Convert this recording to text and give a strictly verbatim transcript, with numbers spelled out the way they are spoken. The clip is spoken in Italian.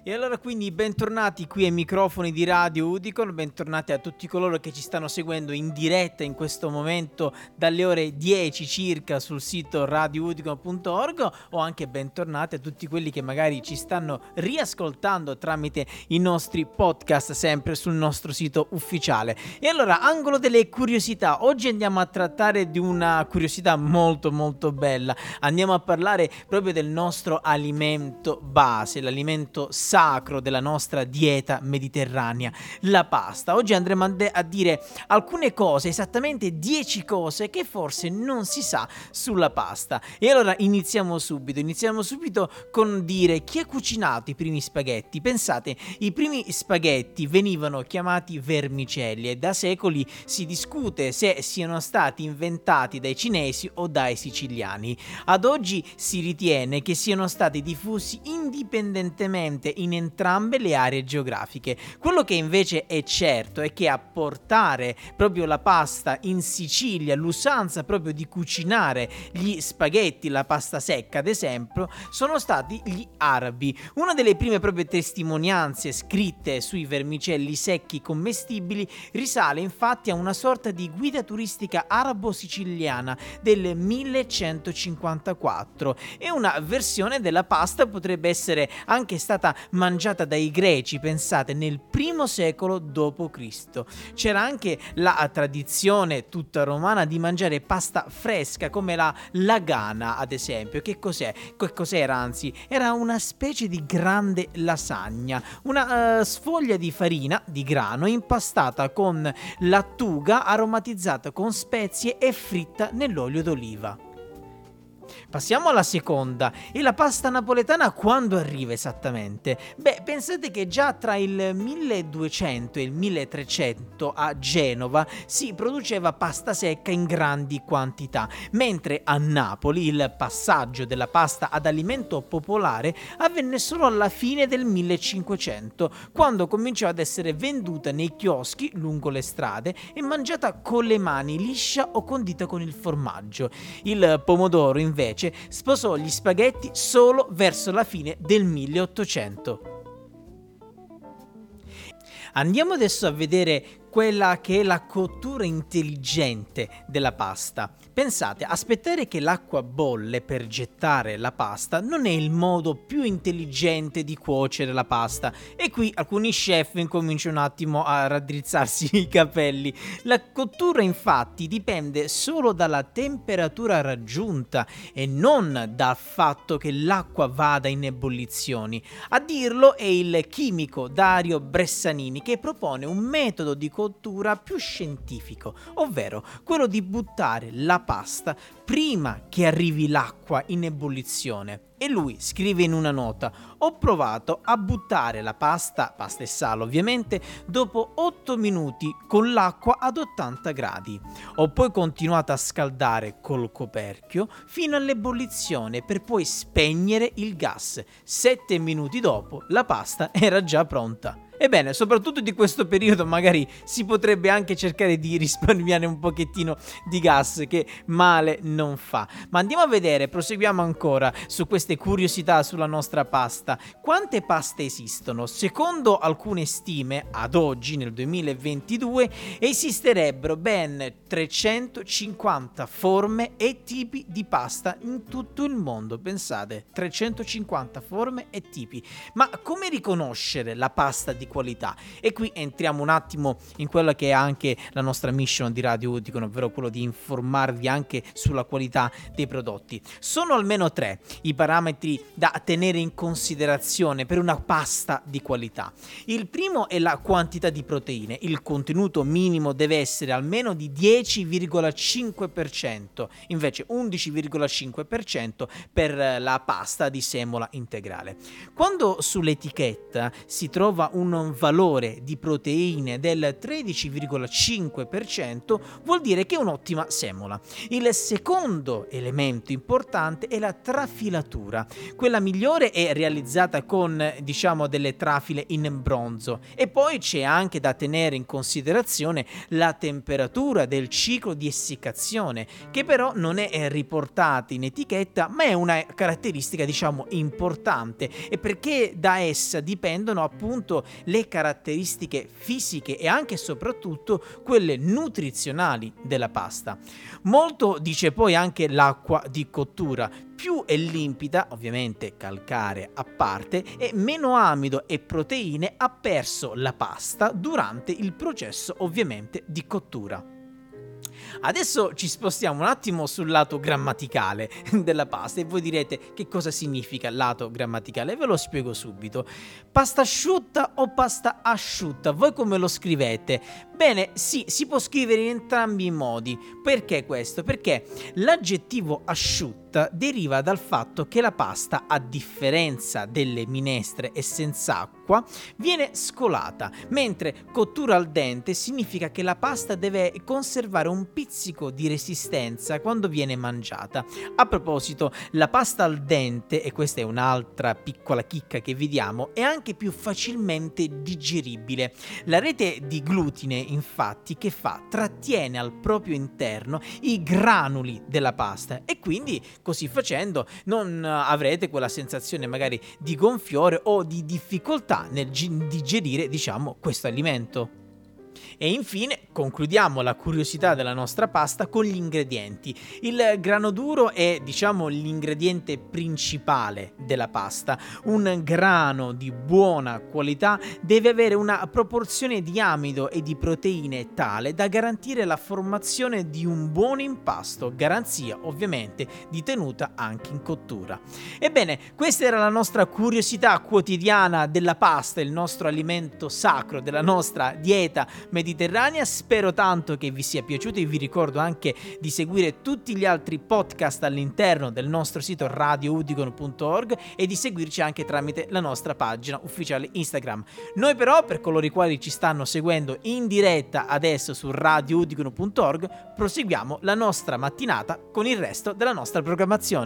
E allora quindi bentornati qui ai microfoni di Radio Udicon, bentornati a tutti coloro che ci stanno seguendo in diretta in questo momento dalle ore dieci circa sul sito radio udicon punto org, o anche bentornati a tutti quelli che magari ci stanno riascoltando tramite i nostri podcast sempre sul nostro sito ufficiale. E allora, angolo delle curiosità, oggi andiamo a trattare di una curiosità molto molto bella, andiamo a parlare proprio del nostro alimento base, l'alimento sacro della nostra dieta mediterranea, la pasta. Oggi andremo a dire alcune cose, esattamente dieci cose che forse non si sa sulla pasta. E allora iniziamo subito, iniziamo subito con dire chi ha cucinato i primi spaghetti. Pensate, i primi spaghetti venivano chiamati vermicelli e da secoli si discute se siano stati inventati dai cinesi o dai siciliani. Ad oggi si ritiene che siano stati diffusi indipendentemente in entrambe le aree geografiche. Quello che invece è certo è che a portare proprio la pasta in Sicilia, l'usanza proprio di cucinare gli spaghetti, la pasta secca ad esempio, sono stati gli arabi. Una delle prime proprio testimonianze scritte sui vermicelli secchi commestibili risale infatti a una sorta di guida turistica arabo-siciliana del millecentocinquantaquattro, e una versione della pasta potrebbe essere anche stata mangiata dai greci, pensate, nel primo secolo dopo Cristo. C'era anche la tradizione tutta romana di mangiare pasta fresca come la lagana ad esempio. Che cos'è? Che cos'era anzi? Era una specie di grande lasagna, una uh, sfoglia di farina di grano impastata con lattuga, aromatizzata con spezie e fritta nell'olio d'oliva. Passiamo alla seconda. E la pasta napoletana quando arriva esattamente? Beh, pensate che già tra il milleduecento e il milletrecento a Genova si produceva pasta secca in grandi quantità, mentre a Napoli il passaggio della pasta ad alimento popolare avvenne solo alla fine del millecinquecento, quando cominciò ad essere venduta nei chioschi lungo le strade e mangiata con le mani, liscia o condita con il formaggio. Il pomodoro invece sposò gli spaghetti solo verso la fine del milleottocento. Andiamo adesso a vedere quella che è la cottura intelligente della pasta. Pensate, aspettare che l'acqua bolle per gettare la pasta non è il modo più intelligente di cuocere la pasta, e qui alcuni chef incominciano un attimo a raddrizzarsi i capelli. La cottura infatti dipende solo dalla temperatura raggiunta e non dal fatto che l'acqua vada in ebollizioni. A dirlo è il chimico Dario Bressanini, che propone un metodo di cottura più scientifico, ovvero quello di buttare la pasta prima che arrivi l'acqua in ebollizione. E lui scrive in una nota: ho provato a buttare la pasta, pasta e sale ovviamente, dopo otto minuti con l'acqua ad ottanta gradi. Ho poi continuato a scaldare col coperchio fino all'ebollizione per poi spegnere il gas. Sette minuti dopo la pasta era già pronta. Ebbene, soprattutto di questo periodo magari si potrebbe anche cercare di risparmiare un pochettino di gas, che male non fa. Ma andiamo a vedere, proseguiamo ancora su queste curiosità sulla nostra pasta. Quante paste esistono? Secondo alcune stime, ad oggi nel duemilaventidue esisterebbero ben trecentocinquanta forme e tipi di pasta in tutto il mondo. Pensate, trecentocinquanta forme e tipi. Ma come riconoscere la pasta di qualità? E qui entriamo un attimo in quella che è anche la nostra mission di Radio Udicon, ovvero quello di informarvi anche sulla qualità dei prodotti. Sono almeno tre i parametri da tenere in considerazione per una pasta di qualità. Il primo è la quantità di proteine. Il contenuto minimo deve essere almeno di dieci virgola cinque per cento, invece undici virgola cinque per cento per la pasta di semola integrale. Quando sull'etichetta si trova un un valore di proteine del tredici virgola cinque per cento, vuol dire che è un'ottima semola. Il secondo elemento importante è la trafilatura. Quella migliore è realizzata con, diciamo, delle trafile in bronzo, e poi c'è anche da tenere in considerazione la temperatura del ciclo di essiccazione, che però non è riportata in etichetta, ma è una caratteristica, diciamo, importante, e perché da essa dipendono appunto le caratteristiche fisiche e anche e soprattutto quelle nutrizionali della pasta. Molto dice poi anche l'acqua di cottura. Più è limpida, ovviamente calcare a parte, e meno amido e proteine ha perso la pasta durante il processo, ovviamente, di cottura. Adesso ci spostiamo un attimo sul lato grammaticale della pasta, e voi direte: che cosa significa lato grammaticale? Ve lo spiego subito. Pasta asciutta o pasta asciutta? Voi come lo scrivete? Bene, sì, si può scrivere in entrambi i modi. Perché questo? Perché l'aggettivo asciutta deriva dal fatto che la pasta, a differenza delle minestre e senza acqua, viene scolata, mentre cottura al dente significa che la pasta deve conservare un pizzico di resistenza quando viene mangiata. A proposito, la pasta al dente, e questa è un'altra piccola chicca che vi diamo, è anche più facilmente digeribile. La rete di glutine, infatti, che fa? Trattiene al proprio interno i granuli della pasta, e quindi così facendo non avrete quella sensazione magari di gonfiore o di difficoltà nel gi- digerire, diciamo, questo alimento. E infine concludiamo la curiosità della nostra pasta con gli ingredienti. Il grano duro è, diciamo, l'ingrediente principale della pasta. Un grano di buona qualità deve avere una proporzione di amido e di proteine tale da garantire la formazione di un buon impasto, garanzia ovviamente di tenuta anche in cottura. Ebbene, questa era la nostra curiosità quotidiana della pasta, il nostro alimento sacro della nostra dieta mediterranea. Spero tanto che vi sia piaciuto, e vi ricordo anche di seguire tutti gli altri podcast all'interno del nostro sito radio udicon punto org e di seguirci anche tramite la nostra pagina ufficiale Instagram. Noi però, per coloro i quali ci stanno seguendo in diretta adesso su radio udicon punto org, proseguiamo la nostra mattinata con il resto della nostra programmazione.